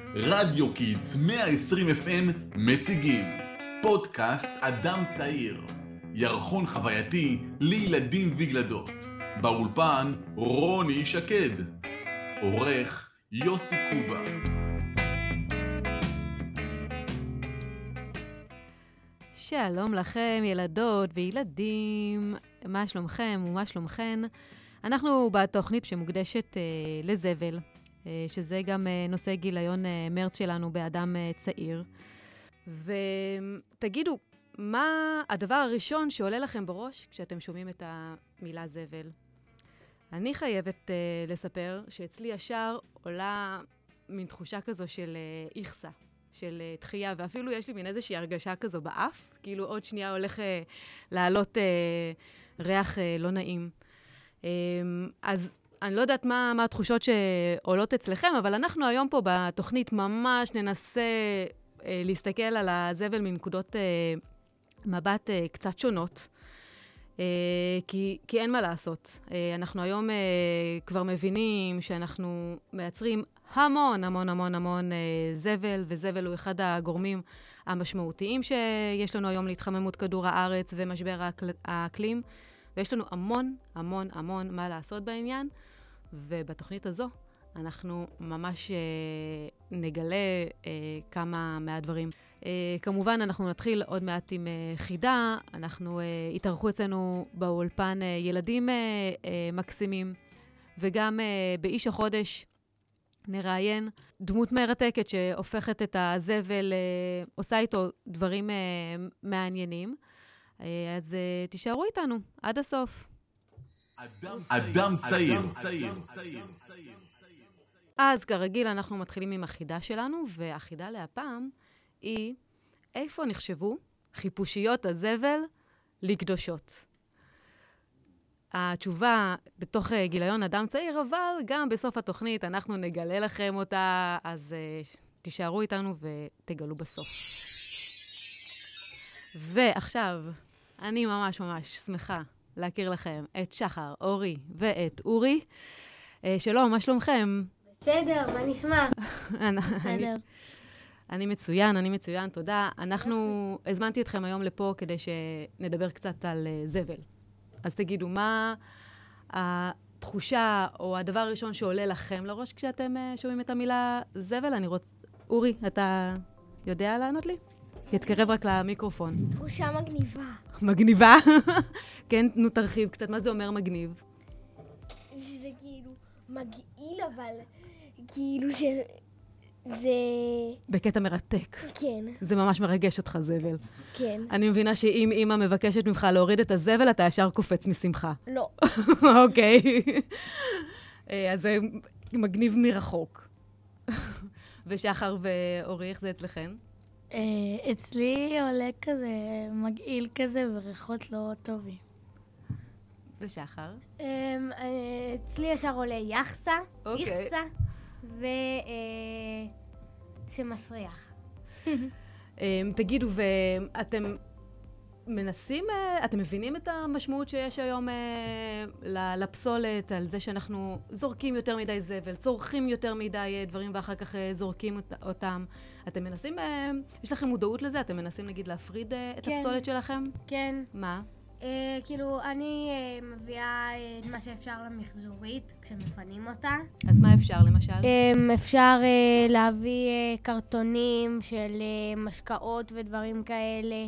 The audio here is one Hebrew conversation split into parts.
רדיו קיטס 120 FM מציגים פודקאסט אדם צעיר, ירחון חווייתי לילדים וגלדות. באולפן רוני שקד, עורך יוסי קובה. שלום לכם ילדות וילדים, מה שלומכם ומה שלומכן? אנחנו בתוכנית שמוקדשת לזבל, שזה גם נושא גיליון מרץ שלנו באדם צעיר. ותגידו, מה הדבר הראשון שעולה לכם בראש כשאתם שומעים את המילה זבל? אני חייבת לספר שאצלי ישר עולה מין תחושה כזו של איכסה, של דחייה, ואפילו יש לי מין איזושהי הרגשה כזו באף, כאילו עוד שנייה הולך לעלות ריח לא נעים. אז אני לא יודעת מה התחושות שעולות אצלכם, אבל אנחנו היום פה בתוכנית ממש ננסה להסתכל על הזבל מנקודות מבט קצת שונות, כי אין מה לעשות. אנחנו היום כבר מבינים שאנחנו מייצרים המון זבל, וזבל הוא אחד הגורמים המשמעותיים שיש לנו היום להתחממות כדור הארץ ומשבר האקלים, ויש לנו המון מה לעשות בעניין, ובתוכנית הזו אנחנו ממש נגלה כמה מהדברים. כמובן, אנחנו נתחיל עוד מעט עם חידה. אנחנו התארחו אצלנו באולפן ילדים מקסימים, וגם באיש החודש נראיין דמות מרתקת שהופכת את הזבל, עושה איתו דברים מעניינים. אז תישארו איתנו עד הסוף. אדם צעיר. אז כרגיל אנחנו מתחילים עם החידה שלנו, והחידה להפעם היא איפה נחשבו חיפושיות הזבל לקדושות. התשובה בתוך גיליון אדם צעיר, אבל גם בסוף התוכנית אנחנו נגלה לכם אותה, אז תישארו איתנו ותגלו בסוף. ועכשיו אני ממש שמחה להכיר לכם את שחר, אורי ואת אורי. שלום, מה שלומכם? בסדר, מה נשמע? בסדר. אני מצוין, תודה. הזמנתי אתכם היום לפה כדי שנדבר קצת על זבל. אז תגידו, מה התחושה או הדבר הראשון שעולה לכם לראש כשאתם שומעים את המילה זבל? אורי, אתה יודע לענות לי? יתקרב רק למיקרופון. תחושה מגניבה. מגניבה? כן, תרחיב קצת. מה זה אומר מגניב? שזה כאילו מגעיל, אבל כאילו שזה... בקטע מרתק. כן. זה ממש מרגש אותך, זבל. כן. אני מבינה שאם אמא מבקשת ממך להוריד את הזבל, אתה ישר קופץ משמחה. לא. אוקיי. אז זה מגניב מרחוק. ושחר ואורי, איך זה אצלכם? אצלי עולה כזה מגעיל כזה וריחות לא טובים. ושחר? אצלי ישר עולה יחסה, אוקיי. איכסה, שמסריח. תגידו, ואתם מנסים, אתם מבינים את המשמעות שיש היום לפסולת, על זה שאנחנו זורקים יותר מדי זבל, צורכים יותר מדי דברים ואחר כך זורקים אותם. אתם מנסים, יש לכם מודעות לזה? אתם מנסים נגיד להפריד את הפסולת שלכם? כן. מה? כאילו, אני מביאה את מה שאפשר למחזורית כשמפנים אותה. אז מה אפשר למשל? אפשר להביא קרטונים של משקאות ודברים כאלה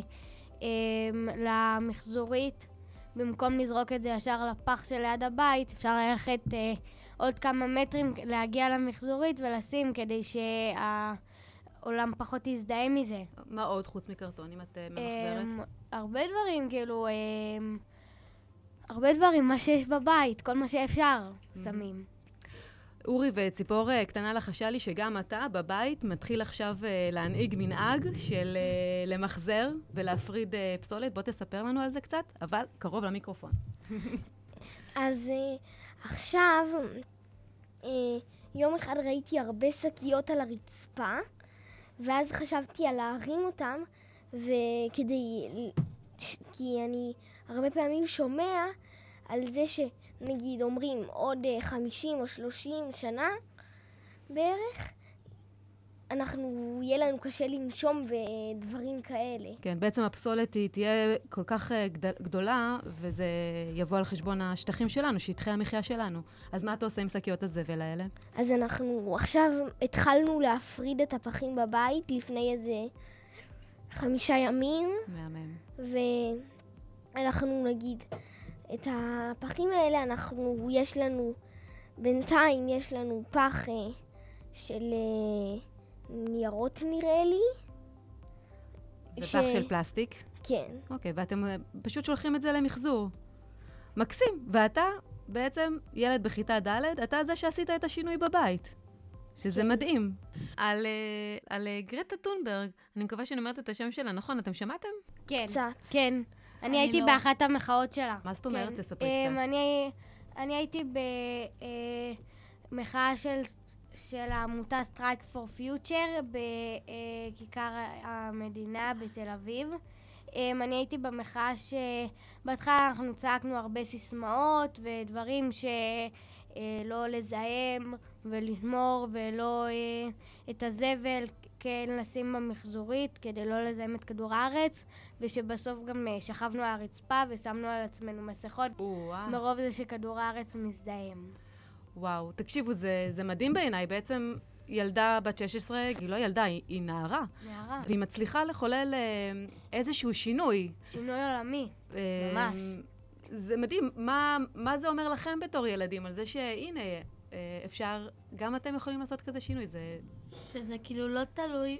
למחזורית. במקום לזרוק את זה ישר לפח שליד הבית, אפשר ללכת עוד כמה מטרים להגיע למחזורית ולשים כדי שהעולם פחות יזדהה מזה. מה עוד חוץ מקרטונים את ממחזרת? הרבה דברים, כאילו, הרבה דברים, מה שיש בבית, כל מה שאפשר, שמים. אורי, וציפור קטנה לחשה לי שגם אתה בבית מתחיל עכשיו להנהיג מנהג של למחזר ולהפריד פסולת. בוא תספר לנו על זה קצת, אבל קרוב למיקרופון. אז עכשיו, יום אחד ראיתי הרבה שקיות על הרצפה, ואז חשבתי על להרים אותם, כי אני הרבה פעמים שומע על זה שנגיד אומרים עוד 50 או 30 שנה בערך, יהיה לנו קשה לנשום ודברים כאלה. כן, בעצם הפסולת היא תהיה כל כך גדולה, וזה יבוא על חשבון השטחים שלנו, שטחי המחיה שלנו. אז מה אתה עושה עם שקיות הזבל האלה? אז אנחנו עכשיו התחלנו להפריד את הפחים בבית לפני איזה 5 ימים, מהמם. ואנחנו נגיד, את הפחים האלה בינתיים יש לנו פח של ניירות נראה לי. זה פח של פלסטיק? כן. אוקיי, ואתם פשוט שולחים את זה למחזור. מקסים. ואתה בעצם ילד בכיתה ד', אתה זה שעשית את השינוי בבית. שזה מדהים. על גרטה טונברג, אני מקווה שאני אומרת את השם שלה, נכון? אתם שמעתם? כן. קצת. כן. אני הייתי לא. באחת המחאות שלה. מה זאת אומרת? כן. תספרי קצת. אני הייתי במחאה של העמותה Strike for Future בכיכר המדינה בתל אביב. אני הייתי במחאה שבהתחלה אנחנו צעקנו הרבה סיסמאות ודברים שלא לזהם ולשמור ולא את הזבל כן לשים במחזורית כדי לא לזהם את כדור הארץ, ושבסוף גם שכבנו על הרצפה ושמנו על עצמנו מסכות מרוב זה שכדור הארץ מזדהם. וואו, תקשיבו, זה מדהים בעיניי. בעצם ילדה בת 16, היא לא ילדה, היא נערה. נערה. והיא מצליחה לחולל איזשהו שינוי. שינוי עולמי, ממש. זה מדהים. מה זה אומר לכם בתור ילדים על זה שהנה, אפשר, גם אתם יכולים לעשות כזה שינוי? שזה כאילו לא תלוי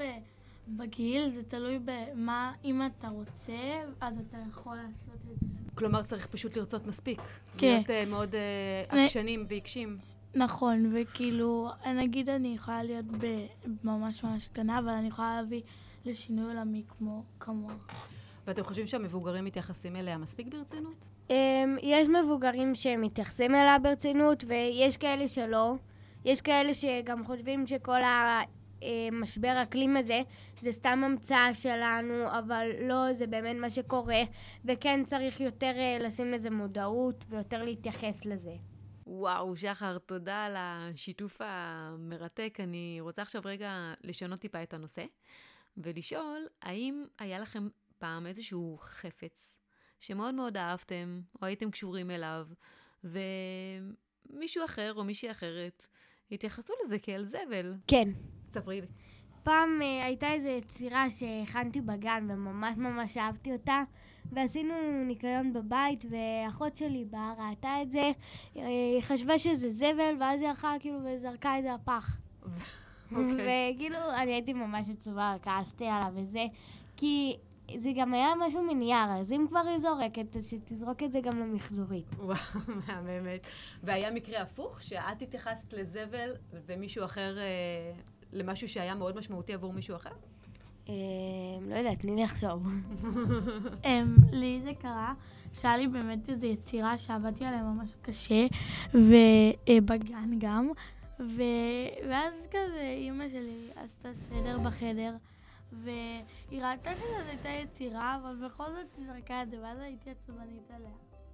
בגיל, זה תלוי במה, אם אתה רוצה, אז אתה יכול לעשות את זה. כלומר, צריך פשוט לרצות מספיק. כן. להיות מאוד עקשנים ועיקשים. נכון, וכאילו, נגיד אני יכולה להיות ממש ממש קטנה, אבל אני יכולה להביא לשינוי עולמי כמוה. ואתם חושבים שהמבוגרים מתייחסים אליה מספיק ברצינות? יש מבוגרים שמתייחסים אליה ברצינות, ויש כאלה שלא. יש כאלה שגם חושבים שכל המשבר האקלים הזה זה סתם המצאה שלנו, אבל לא, זה באמת מה שקורה, וכן צריך יותר לשים לזה מודעות ויותר להתייחס לזה. וואו, שחר, תודה על השיתוף המרתק. אני רוצה עכשיו רגע לשנות טיפה את הנושא, ולשאול, האם היה לכם פעם איזשהו חפץ שמאוד מאוד אהבתם, או הייתם קשורים אליו, ומישהו אחר או מישהי אחרת התייחסו לזה כאל זבל? כן. ספרי לי. פעם הייתה איזו יצירה שהכנתי בגן וממש ממש אהבתי אותה, ועשינו ניקיון בבית, ואחות שלי באה, ראתה את זה, היא חשבה שזה זבל, ואז היא הלכה כאילו וזרקה את זה לפח. וכאילו אני הייתי ממש עצובה, כעסתי עליו וזה, כי זה גם היה משהו מנייר, אז אם כבר היא זורקת, אז שתזרוק את זה גם למחזורית. וואו, מהממת. והיה מקרה הפוך, שאת התייחסת לזבל ומישהו אחר, למשהו שהיה מאוד משמעותי עבור מישהו אחר? לא יודעת, תני לי לחשוב. לי זה קרה, שהיה לי באמת איזו יצירה שעבדתי עליה ממש קשה, ובגן גם, ואז כזה אימא שלי עשתה סדר בחדר, והיא ראתה שזאת הייתה יצירה, אבל בכל זאת היא זרקה את זה, ואז הייתי עצבנית עליה.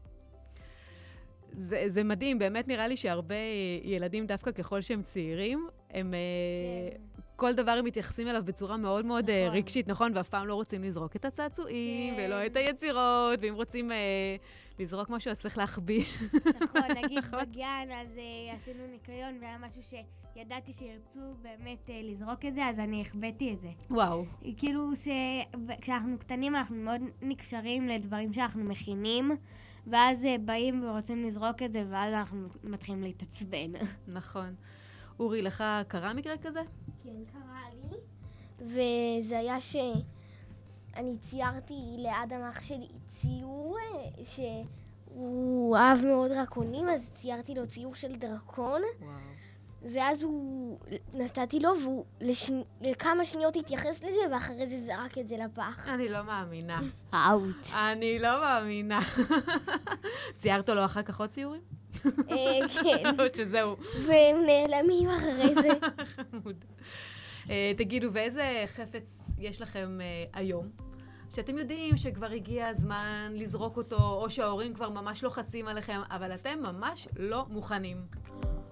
זה מדהים, באמת נראה לי שהרבה ילדים דווקא ככל שהם צעירים, הם כל דבר הם מתייחסים אליו בצורה מאוד מאוד רגשית, נכון? ואף פעם לא רוצים לזרוק את הצעצועים, ולא את היצירות, ואם רוצים לזרוק משהו, אז צריך להחביא. נכון, נגיד בגן, אז עשינו ניקיון, והיה משהו שידעתי שירצו באמת לזרוק את זה, אז אני החבאתי את זה. וואו. כאילו כשאנחנו קטנים, אנחנו מאוד נקשרים לדברים שאנחנו מכינים, ואז באים ורוצים לזרוק את זה, ואז אנחנו מתחילים להתעצבן. נכון. אורי, לך קרה מקרה כזה? כן, קרה לי. וזה היה שאני ציירתי ליד המח שלי ציור שהוא אהב מאוד דרקונים, אז ציירתי לו ציור של דרקון. וואו. ואז נתתי לו, והוא לכמה שניות התייחס לזה, ואחרי זה זרק את זה לפח. אני לא מאמינה. אאוט. אני לא מאמינה. ציירת לו אחר כך עוד ציורים? כן. או שזהו. והם נעלמים אחרי זה. חמוד. תגידו, ואיזה חפץ יש לכם היום? שאתם יודעים שכבר הגיע הזמן לזרוק אותו, או שההורים כבר ממש לוחצים עליכם, אבל אתם ממש לא מוכנים.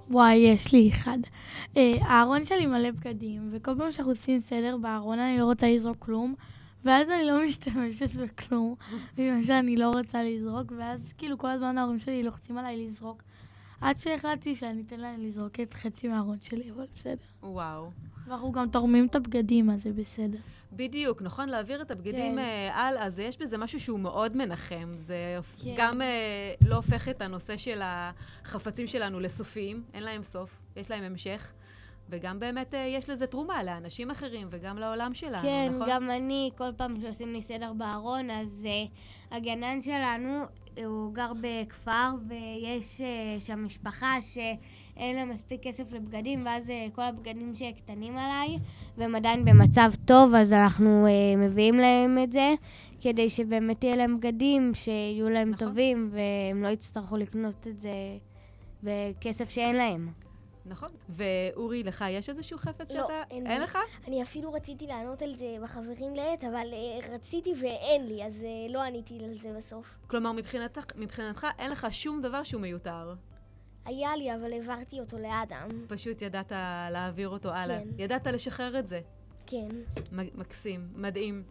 וואי, יש לי אחד. הארון שלי מלא בגדים, וכל פעם שאנחנו עושים סדר בארון אני לא רוצה לזרוק כלום, ואז אני לא משתמשת בכלום, בגלל שאני לא רוצה לזרוק, ואז כאילו כל הזמן ההורים שלי לוחצים עליי לזרוק, עד שהחלטתי שאני אתן להם לזרוק את חצי מהארון שלי, אבל בסדר. וואו. ואנחנו גם תורמים את הבגדים, אז זה בסדר. בדיוק, נכון? להעביר את הבגדים כן. הלאה, אז יש בזה משהו שהוא מאוד מנחם. זה כן. גם לא הופך את הנושא של החפצים שלנו לסופיים, אין להם סוף, יש להם המשך, וגם באמת יש לזה תרומה לאנשים אחרים וגם לעולם שלנו, כן, נכון? גם אני, כל פעם שעושים לי סדר בארון, אז הגנן שלנו, הוא גר בכפר, ויש שם משפחה שאין לה מספיק כסף לבגדים, ואז כל הבגדים שקטנים עליי, והם עדיין במצב טוב, אז אנחנו מביאים להם את זה, כדי שבאמת יהיה להם בגדים, שיהיו להם נכון. טובים, והם לא יצטרכו לקנות את זה בכסף שאין להם. נכון. ואורי, לך יש איזשהו חפץ לא, שאתה... אין לי. אין לך? אני אפילו רציתי לענות על זה בחברים לעת, אבל רציתי ואין לי, אז לא עניתי על זה בסוף. כלומר, מבחינתך אין לך שום דבר שהוא מיותר. היה לי, אבל העברתי אותו לאדם. פשוט ידעת להעביר אותו הלאה. כן. ידעת לשחרר את זה. כן. מקסים, מדהים.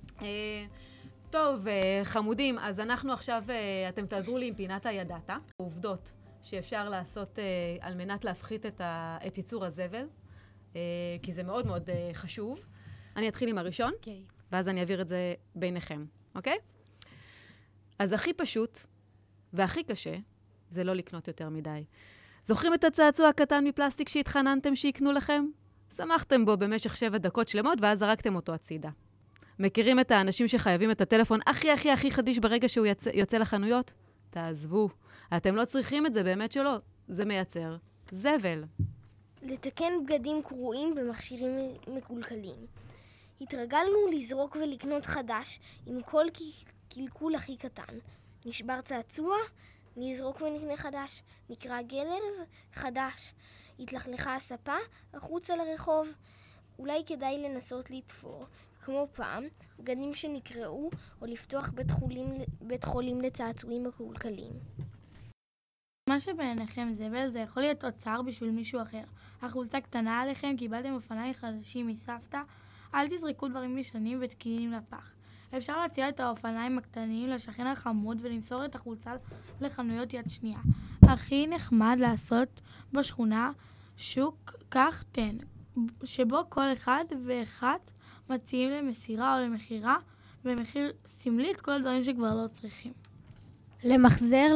טוב, חמודים, אז אנחנו עכשיו, אתם תעזרו לי עם פינת הידעת. עובדות שאפשר לעשות על מנת להפחית את ייצור הזבל, כי זה מאוד מאוד חשוב. אני אתחיל עם הראשון, אוקיי. ואז אני אעביר את זה ביניכם, אוקיי? אז הכי פשוט והכי קשה זה לא לקנות יותר מדי. זוכרים את הצעצוע הקטן מפלסטיק שהתחננתם שיקנו לכם? שמחתם בו במשך 7 דקות שלמות ואז זרקתם אותו הצידה. מכירים את האנשים שחייבים את הטלפון הכי חדיש ברגע שהוא יוצא לחנויות? תעזבו. אתם לא צריכים את זה, באמת שלא. זה מייצר זבל. לתקן בגדים קרועים במכשירים מקולקלים. התרגלנו לזרוק ולקנות חדש עם כל קלקול הכי קטן. נשבר צעצוע, נזרוק ונקנה חדש. נקרא גלב, חדש. התלכלכה הספה, החוצה לרחוב. אולי כדאי לנסות לתפור, כמו פעם, בגדים שנקראו, או לפתוח בית חולים לצעצועים מקולקלים. מה שבעיניכם זבל זה יכול להיות אוצר בשביל מישהו אחר. החולצה קטנה עליכם, קיבלתם אופניים חדשים מסבתא, אל תזרקו דברים ישנים ותקינים לפח. אפשר להציע את האופניים הקטנים לשכן החמוד ולמסור את החולצה לחנויות יד שנייה. הכי נחמד לעשות בשכונה שוק כך תן, שבו כל אחד ואחת מציעים למסירה או למחירה במחיר סמלי את כל הדברים שכבר לא צריכים. למחזר.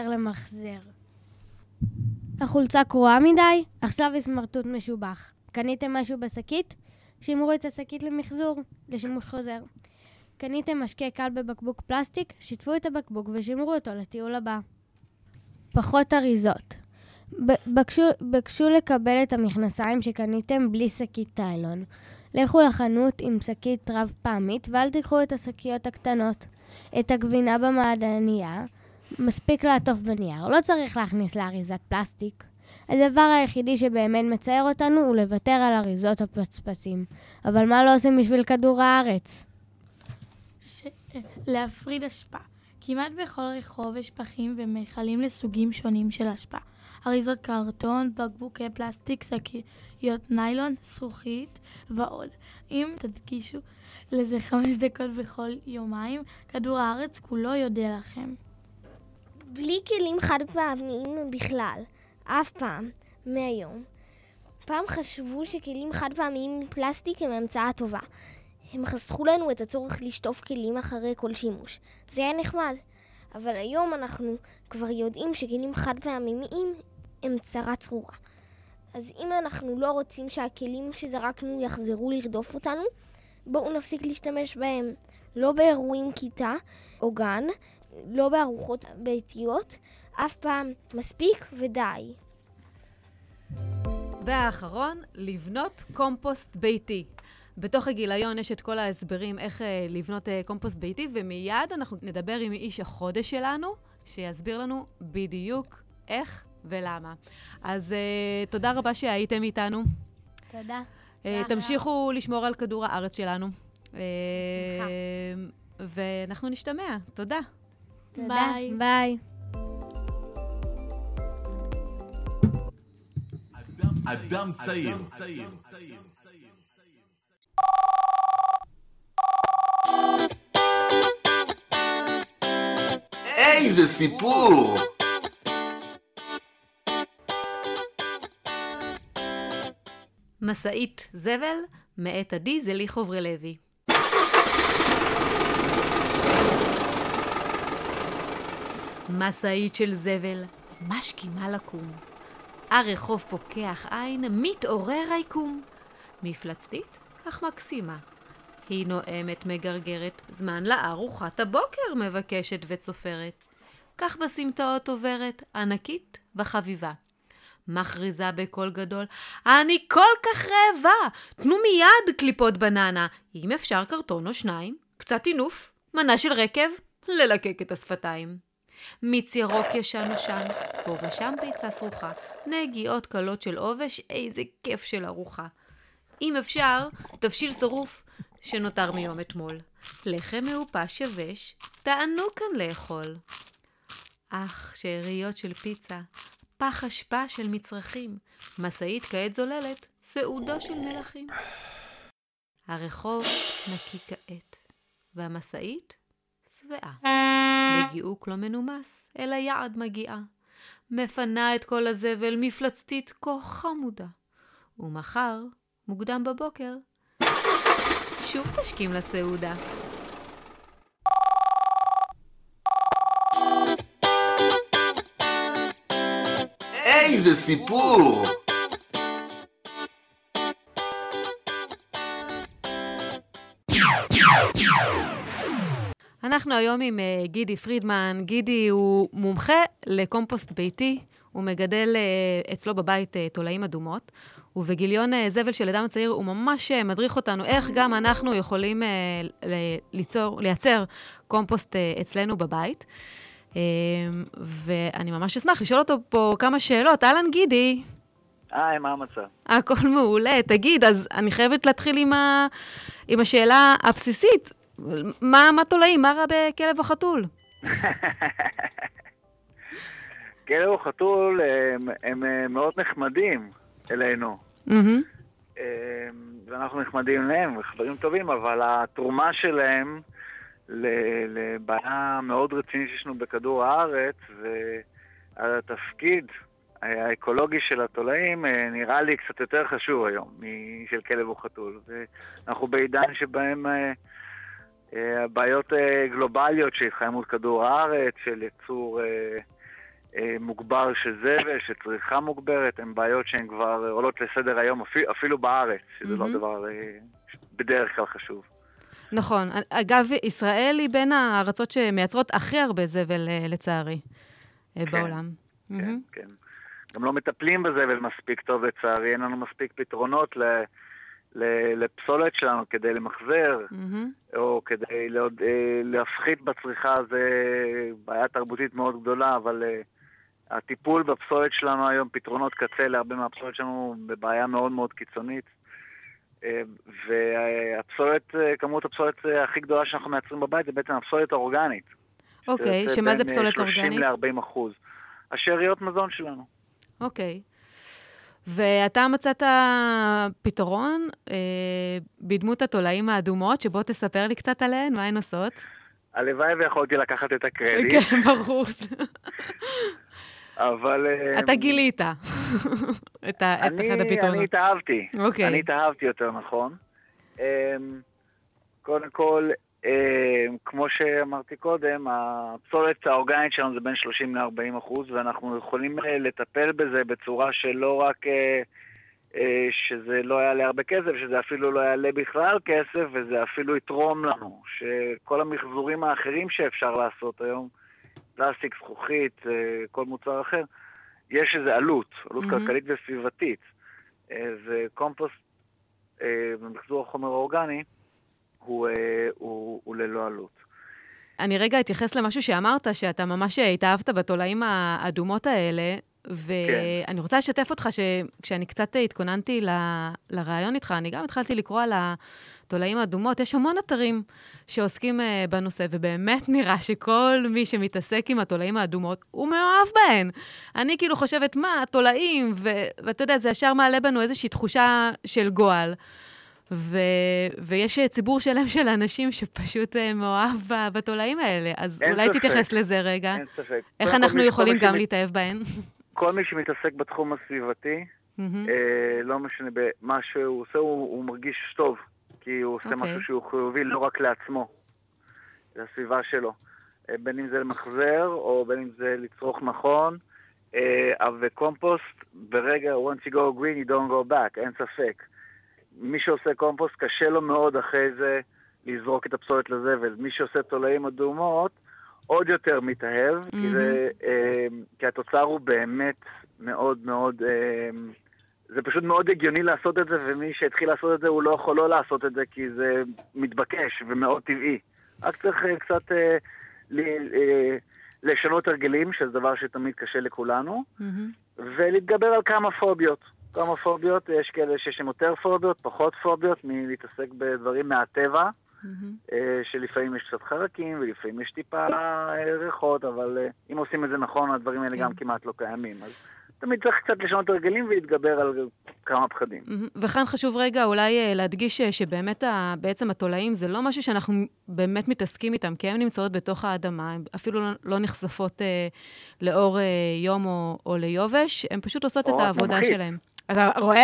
החולצה קרועה מדי, עכשיו היא סמרטוט משובח. קניתם משהו בשקית? שימרו את השקית למחזור, לשימוש חוזר. קניתם משקה קל בבקבוק פלסטיק? שיתפו את הבקבוק ושימרו אותו לטיול הבא. פחות אריזות. בקשו לקבל את המכנסיים שקניתם בלי שקית טיילון. לכו לחנות עם שקית רב פעמית ואל תיקחו את השקיות הקטנות. את הגבינה במעדניה מספיק לעטוף בנייר, לא צריך להכניס לאריזת פלסטיק. הדבר היחידי שבאמת מצייר אותנו הוא לוותר על אריזות הפצפצים. אבל מה לא עושים בשביל כדור הארץ? להפריד אשפה. כמעט בכל רחוב יש פחים ומכלים לסוגים שונים של אשפה. אריזות קרטון, בקבוקי פלסטיק, שקיות ניילון, זכוכית ועוד. אם תדגישו לזה 5 דקות בכל יומיים, כדור הארץ כולו יודע לכם. בלי כלים חד פעמיים בכלל, אף פעם, מהיום. פעם חשבו שכלים חד פעמיים מפלסטיק הם המצאה טובה. הם חסכו לנו את הצורך לשטוף כלים אחרי כל שימוש. זה היה נחמד. אבל היום אנחנו כבר יודעים שכלים חד פעמיים הם צרה צרורה. אז אם אנחנו לא רוצים שהכלים שזרקנו יחזרו לרדוף אותנו, בואו נפסיק להשתמש בהם. לא באירועים כיתה או גן, לא בארוחות ביתיות, אף פעם מספיק ודי. והאחרון, לבנות קומפוסט ביתי. בתוך הגיליון יש את כל ההסברים איך לבנות קומפוסט ביתי, ומיד אנחנו נדבר עם איש החודש שלנו, שיסביר לנו בדיוק איך ולמה. אז תודה רבה שהייתם איתנו. תודה. תמשיכו לשמור על כדור הארץ שלנו. סליחה. ואנחנו נשתמע. תודה. תודה. ביי. אדם צעיר. איזה סיפור! משאית זבל מאת עדי זליחוב רלוי. משאית של זבל משכימה לקום. הרחוב פוקח עין, מתעורר היקום. מפלצתית אך מקסימה. היא נואמת מגרגרת, זמן לארוחת הבוקר מבקשת וצופרת. כך בסמטאות עוברת, ענקית וחביבה. מכריזה בקול גדול, אני כל כך רעבה, תנו מיד קליפות בננה, אם אפשר קרטון או שניים, קצת עינוף, מנה של רקב, ללקק את השפתיים. מיץ ירוק ישן ושן, פה ושם ביצה סרוחה, נגיעות קלות של עובש, איזה כיף של ארוחה. אם אפשר, תבשיל שרוף שנותר מיום אתמול. לחם מעופש יבש, תענו כאן לאכול. אך שאריות של פיצה, פח אשפה של מצרכים, משאית כעת זוללת, סעודה של מלכים. הרחוב נקי כעת, והמשאית שבעה. בגיעוק לא מנומס, אל היעד מגיעה. מפנה את כל הזבל מפלצתית כה חמודה. ומחר, מוקדם בבוקר, שוב תשכים לסעודה. איזה סיפור! אנחנו היום עם גידי פרידמן. גידי הוא מומחה לקומפוסט ביתי, הוא מגדל אצלו בבית תולעים אדומות, ובגיליון זבל של אדם הצעיר הוא ממש מדריך אותנו איך גם אנחנו יכולים לייצר קומפוסט אצלנו בבית. ואני ממש אשמח לשאול אותו פה כמה שאלות. אהלן גידי. מה המצב? הכל מעולה. תגיד, אז אני חייבת להתחיל עם השאלה הבסיסית. מה תולעים? מה רע בכלב או חתול? כלב או חתול הם מאוד נחמדים אלינו. ואנחנו נחמדים להם, חברים טובים, אבל התרומה שלהם לבעיה מאוד רצינית שישנו בכדור הארץ, והתפקיד האקולוגי של התולעים נראה לי קצת יותר חשוב היום משל כלב או חתול. ואנחנו בעידן שבהם בעיות גלובליות של התחממות כדור הארץ, של ייצור מוגבר של זבל, של צריכה מוגברת, הן בעיות שהן כבר עולות לסדר היום אפילו בארץ, שזה לא דבר בדרך כלל חשוב. נכון. אגב, ישראל היא בין הארצות שמייצרות הכי הרבה זבל לצערי בעולם. כן, כן. גם לא מטפלים בזבל מספיק טוב לצערי, אין לנו מספיק פתרונות לפסולת שלנו כדי למחזר, או כדי להפחית בצריכה. זה בעיה תרבותית מאוד גדולה, אבל הטיפול בפסולת שלנו היום, פתרונות קצה להרבה מהפסולת שלנו, בבעיה מאוד מאוד קיצונית. והפסולת, כמות הפסולת הכי גדולה שאנחנו מייצרים בבית, זה בעצם הפסולת האורגנית. אוקיי, שמה זה פסולת אורגנית? 30-40%. השאריות מזון שלנו. אוקיי. ואתה מצאת פתרון בדמות התולעים האדומות, שבוא תספר לי קצת עליהן, מה הן עושות? הלוואי ויכולתי לקחת את הקרדיט. כן, ברור. אבל אתה גילית את אחד הפתרונות. אני התאהבתי. אוקיי. אני התאהבתי יותר נכון. קודם כל, כמו שאמרתי קודם, הפסולת האורגנית שלנו זה בין 30-40%, ואנחנו יכולים לטפל בזה בצורה שלא רק שזה לא יעלה הרבה כסף, שזה אפילו לא יעלה בכלל כסף, וזה אפילו יתרום לנו, שכל המחזורים האחרים שאפשר לעשות היום, פלסטיק, זכוכית, כל מוצר אחר, יש איזו עלות כלכלית וסביבתית. וקומפוסט במחזור החומר האורגני הוא ללא עלות. אני רגע אתייחס למשהו שאמרת, שאתה ממש התאהבת בתולעים האדומות האלה, ואני רוצה לשתף אותך שכשאני קצת התכוננתי לרעיון איתך, אני גם התחלתי לקרוא על התולעים האדומות, יש המון אתרים שעוסקים בנושא, ובאמת נראה שכל מי שמתעסק עם התולעים האדומות, הוא מאוהב בהן. אני כאילו חושבת, מה, התולעים, ואתה יודע, זה ישר מעלה בנו איזושהי תחושה של גועל. ויש ציבור שלם של אנשים שפשוט מאוהב בתולעים האלה. אז אולי תתייחס לזה רגע. אין ספק. איך אנחנו יכולים גם להתאהב בהן? כל מי שמתעסק בתחום הסביבתי, לא משנה במה שהוא עושה, הוא מרגיש טוב, כי הוא עושה משהו שהוא חיובי לא רק לעצמו, לסביבה שלו. בין אם זה למחזר, או בין אם זה לצרוך נכון, וקומפוסט, ברגע, once you go green, you don't go back, אין ספק. מי שעושה קומפוסט, קשה לו מאוד אחרי זה לזרוק את הפסולת לזבל. מי שעושה תולעים אדומות, עוד יותר מתאהב, כי התוצר הוא באמת מאוד מאוד, זה פשוט מאוד הגיוני לעשות את זה, ומי שהתחיל לעשות את זה הוא לא יכול לא לעשות את זה, כי זה מתבקש ומאוד טבעי. רק צריך קצת לשנות הרגלים, שזה דבר שתמיד קשה לכולנו, ולהתגבר על כמה פוביות. כמה פוביות, יש כאלה שיש יותר פוביות, פחות פוביות, מלהתעסק בדברים מהטבע, שלפעמים יש קצת חרקים, ולפעמים יש טיפה ריחות, אבל אם עושים את זה נכון, הדברים האלה גם כמעט לא קיימים. אז תמיד צריך קצת לשנות הרגלים ולהתגבר על כמה פחדים. וכאן חשוב רגע אולי להדגיש שבאמת בעצם התולעים זה לא משהו שאנחנו באמת מתעסקים איתם, כי הן נמצאות בתוך האדמה, הן אפילו לא נחשפות לאור יום או ליובש, הן פשוט עושות את העבודה שלהן. אתה רואה?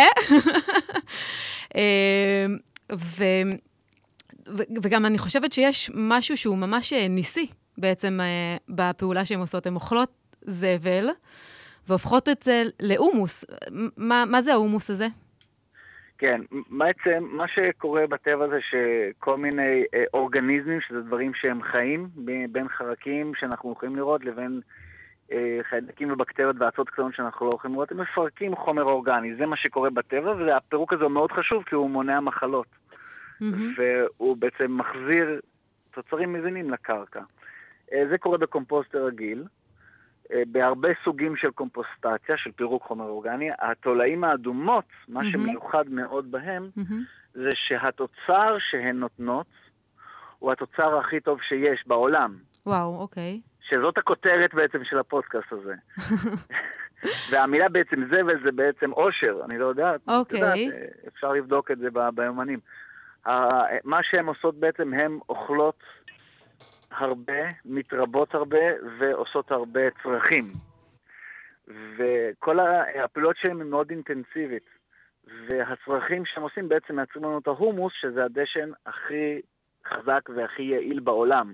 וגם אני חושבת שיש משהו שהוא ממש ניסי בעצם בפעולה שהן עושות. הן אוכלות זבל והופכות את זה לאומוס. מה זה האומוס הזה? כן, בעצם מה שקורה בטבע זה שכל מיני אורגניזמים, שזה דברים שהם חיים, בין חרקים שאנחנו יכולים לראות לבין חיידקים ובקטריות והצות קטנות שאנחנו לא יכולים לראות, הם מפרקים חומר אורגני. זה מה שקורה בטבע, והפירוק הזה הוא מאוד חשוב כי הוא מונע מחלות. והוא בעצם מחזיר תוצרים מזינים לקרקע. זה קורה בקומפוסטר רגיל, בהרבה סוגים של קומפוסטציה, של פירוק חומר אורגני. התולעים האדומות, מה שמיוחד מאוד בהם, זה שהתוצר שהן נותנות, הוא התוצר הכי טוב שיש בעולם. וואו, אוקיי. שזאת הכותרת בעצם של הפודקאסט הזה. והמילה בעצם זבל זה בעצם אושר, אני לא יודעת. אוקיי. אפשר לבדוק את זה ביומנים. מה שהן עושות בעצם, הן אוכלות הרבה, מתרבות הרבה, ועושות הרבה צרכים. וכל הפעולות שלהם הן מאוד אינטנסיבית. והצרכים שהם עושים בעצם מייצרים לנו את ההומוס, שזה הדשן הכי חזק והכי יעיל בעולם.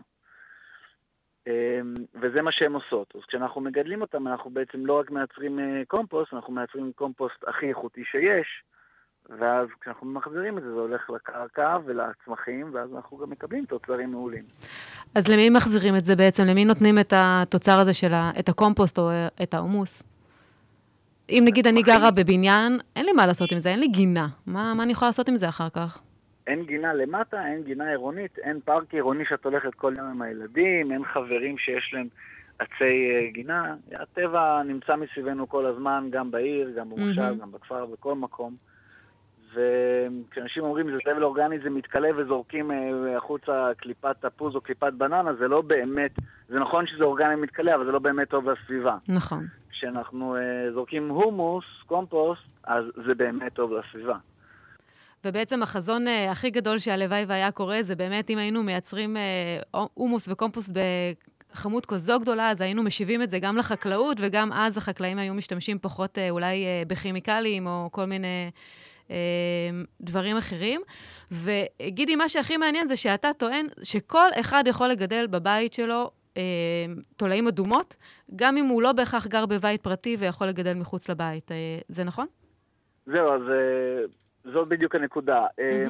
וזה מה שהן עושות. אז כשאנחנו מגדלים אותם, אנחנו בעצם לא רק מייצרים קומפוסט, אנחנו מייצרים קומפוסט הכי איכותי שיש, ואז כשאנחנו מחזירים את זה, זה הולך לקרקע ולצמחים, ואז אנחנו גם מקבלים תוצרים מעולים. אז למי מחזירים את זה בעצם? למי נותנים את התוצר הזה של את הקומפוסט או את ההומוס? אם נגיד אני גרה בבניין, אין לי מה לעשות עם זה, אין לי גינה. מה אני יכולה לעשות עם זה אחר כך? אין גינה למטה, אין גינה עירונית, אין פארק עירוני שאת הולכת כל יום עם הילדים, אין חברים שיש להם עצי גינה. הטבע נמצא מסביבנו כל הזמן, גם בעיר, גם במושב, גם בכפר, בכל מקום. וכשאנשים אומרים זה זבל אורגני, זה מתקלה וזורקים החוצה קליפת תפוז או קליפת בננה, זה לא באמת, זה נכון שזה אורגני מתקלה, אבל זה לא באמת טוב לסביבה. נכון. כשאנחנו זורקים הומוס, קומפוסט, אז זה באמת טוב לסביבה. ובעצם החזון הכי גדול שהלוואי והיה קורה, זה באמת אם היינו מייצרים הומוס וקומפוסט בכמות כזו גדולה, אז היינו משיבים את זה גם לחקלאות, וגם אז החקלאים היו משתמשים פחות אולי בכימיקלים או כל מיני דברים אחרים. וגידי, מה שהכי מעניין זה שאתה טוען שכל אחד יכול לגדל בבית שלו תולעים אדומות, גם אם הוא לא בהכרח גר בבית פרטי ויכול לגדל מחוץ לבית. זה נכון? זהו, אז זאת בדיוק הנקודה.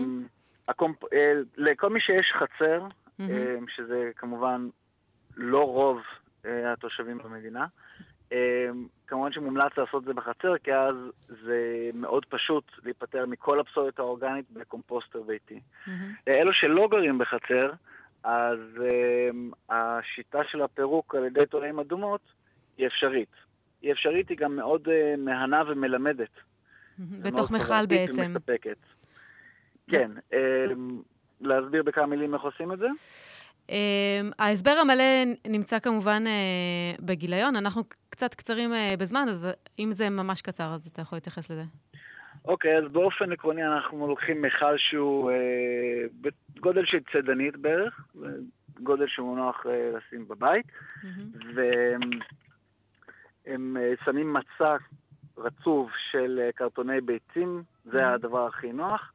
לכל מי שיש חצר, שזה כמובן לא רוב התושבים במדינה, כמובן שמומלץ לעשות זה בחצר, כי אז זה מאוד פשוט להיפטר מכל הפסולת האורגנית בקומפוסטר ביתי. לאלו שלא גרים בחצר, אז השיטה של הפירוק על ידי תולעים אדומות היא אפשרית. היא אפשרית, היא גם מאוד מהנה ומלמדת. בתוך מחל בעצם. מספקת. כן. להסביר בכמה מילים איך עושים את זה? ההסבר המלא נמצא כמובן בגיליון, אנחנו קצת קצרים בזמן, אז אם זה ממש קצר, אז אתה יכול להתייחס לזה. אוקיי, אז באופן עקרוני אנחנו לוקחים מיכל שהוא בגודל של צדנית בערך, גודל שהוא נוח לשים בבית, והם שמים מצע רצוף של קרטוני ביצים, זה הדבר הכי נוח,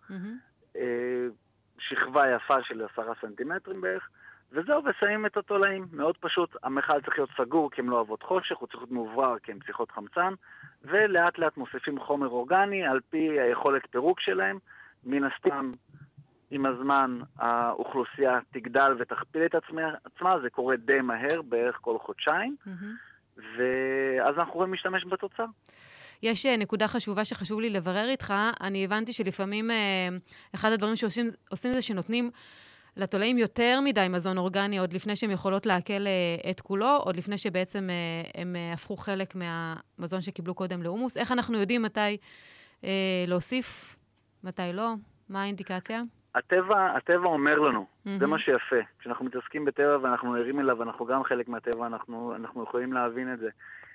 שכבה יפה של 10 סנטימטרים בערך, וזהו, ושמים את התולעים. מאוד פשוט, המכל צריך להיות סגור כי הם לא אוהבות חושך, הוא צריך להיות מאוברר כי הם צריכות חמצן, ולאט לאט מוסיפים חומר אורגני על פי היכולת פירוק שלהם. מן הסתם, עם הזמן האוכלוסייה תגדל ותכפיל את עצמה, זה קורה די מהר, בערך כל חודשיים, ואז אנחנו רואים להשתמש בתוצר. יש נקודה חשובה שחשוב לי לברר איתך. אני הבנתי שלפעמים אחד הדברים שעושים זה שנותנים לתולעים יותר מדי מזון אורגני, עוד לפני שהם יכולות לעכל את כולו, עוד לפני שבעצם הם הפכו חלק מהמזון שקיבלו קודם לאומוס. איך אנחנו יודעים מתי להוסיף, מתי לא? מה האינדיקציה? הטבע אומר לנו, זה מה שיפה. כשאנחנו מתעסקים בטבע ואנחנו נראים אליו, אנחנו גם חלק מהטבע, אנחנו יכולים להבין את זה.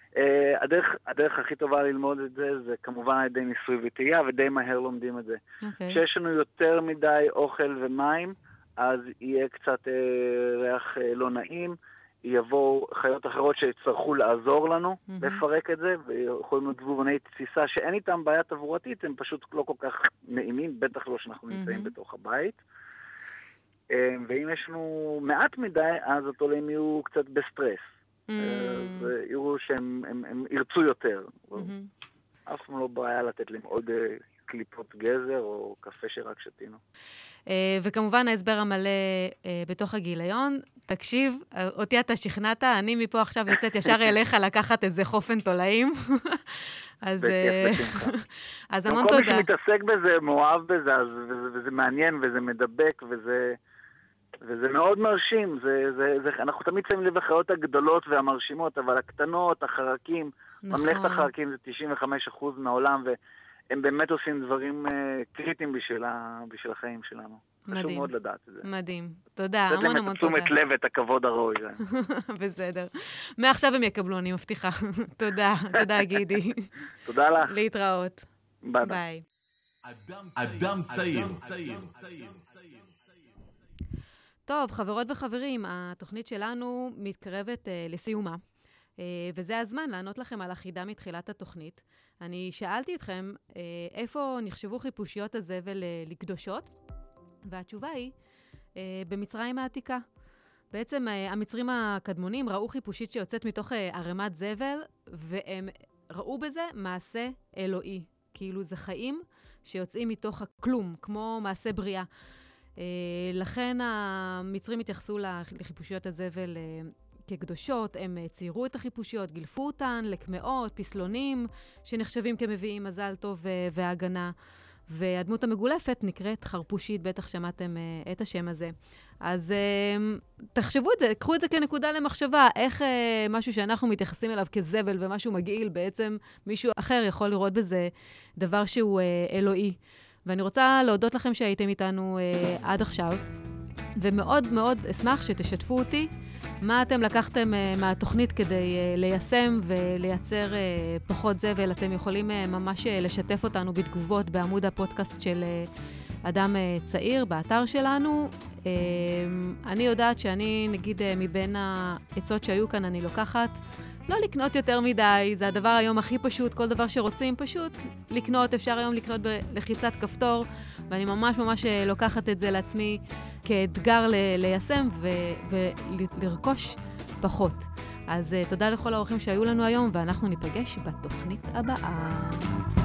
הדרך הכי טובה ללמוד את זה, זה כמובן על ידי ניסוי וטעייה, ודי מהר לומדים את זה. כשיש לנו יותר מדי אוכל ומים, אז יהיה קצת ריח לא נעים, יבואו חיות אחרות שיצטרכו לעזור לנו לפרק את זה, ויכולים להיות דבורני תסיסה שאין איתם בעיה תברואתית, הם פשוט לא כל כך נעימים, בטח לא שאנחנו נמצאים בתוך הבית. ואם יש לנו מעט מדי, אז התולעים יהיו קצת בסטרס. ויראו שהם ירצו יותר. אף פעם לא בעיה לתת להם עוד קליפות גזר או קפה שרק שתינו. וכמובן ההסבר המלא בתוך הגיליון. תקשיב, אותי אתה שכנעת, אני מפה עכשיו יוצאת ישר אליך לקחת איזה חופן תולעים. אז המון תודה. כל מי שמתעסק בזה, מאוהב בזה, וזה מעניין וזה מדבק וזה מאוד מרשים. אנחנו תמיד שמים לב החיות הגדולות והמרשימות, אבל הקטנות, החרקים, ממלכת החרקים זה 95% מהעולם, הם באמת עושים דברים קריטיים בשביל החיים שלנו. חשוב מאוד לדעת את זה. מדהים. תודה, המון המון תודה. לתת להם את תשומת לב, את הכבוד הראוי. בסדר. מעכשיו הם יקבלו, אני מבטיחה. תודה, תודה גידי. תודה לך. להתראות. ביי. אדם צעיר. טוב, חברות וחברים, התוכנית שלנו מתקרבת לסיומה. וזה הזמן לענות לכם על החידה מתחילת התוכנית. אני שאלתי אתכם איפה נחשבו חיפושיות הזבל לקדושות, והתשובה היא במצרים העתיקה. בעצם המצרים הקדמונים ראו חיפושית שיוצאת מתוך ערימת זבל, והם ראו בזה מעשה אלוהי. כאילו זה חיים שיוצאים מתוך הכלום, כמו מעשה בריאה. לכן המצרים התייחסו לחיפושיות הזבל כקדושות, הם ציירו את החיפושיות, גילפו אותן לקמאות, פסלונים, שנחשבים כמביאים מזל טוב והגנה. והדמות המגולפת נקראת חרפושית, בטח שמעתם את השם הזה. אז תחשבו את זה, קחו את זה כנקודה למחשבה, איך משהו שאנחנו מתייחסים אליו כזבל ומשהו מגעיל, בעצם מישהו אחר יכול לראות בזה דבר שהוא אלוהי. ואני רוצה להודות לכם שהייתם איתנו עד עכשיו, ומאוד מאוד אשמח שתשתפו אותי מה אתם לקחתם מהתוכנית כדי ליישם ולייצר פחות זבל. אתם יכולים ממש לשתף אותנו בתגובות בעמוד הפודקאסט של אדם צעיר באתר שלנו. אני יודעת שאני, נגיד, מבין העצות שהיו כאן, אני לוקחת לא לקנות יותר מדי, זה הדבר היום הכי פשוט, כל דבר שרוצים פשוט לקנות, אפשר היום לקנות בלחיצת כפתור, ואני ממש ממש לוקחת את זה לעצמי כאתגר ליישם ולרכוש פחות. אז תודה לכל האורחים שהיו לנו היום, ואנחנו ניפגש בתוכנית הבאה.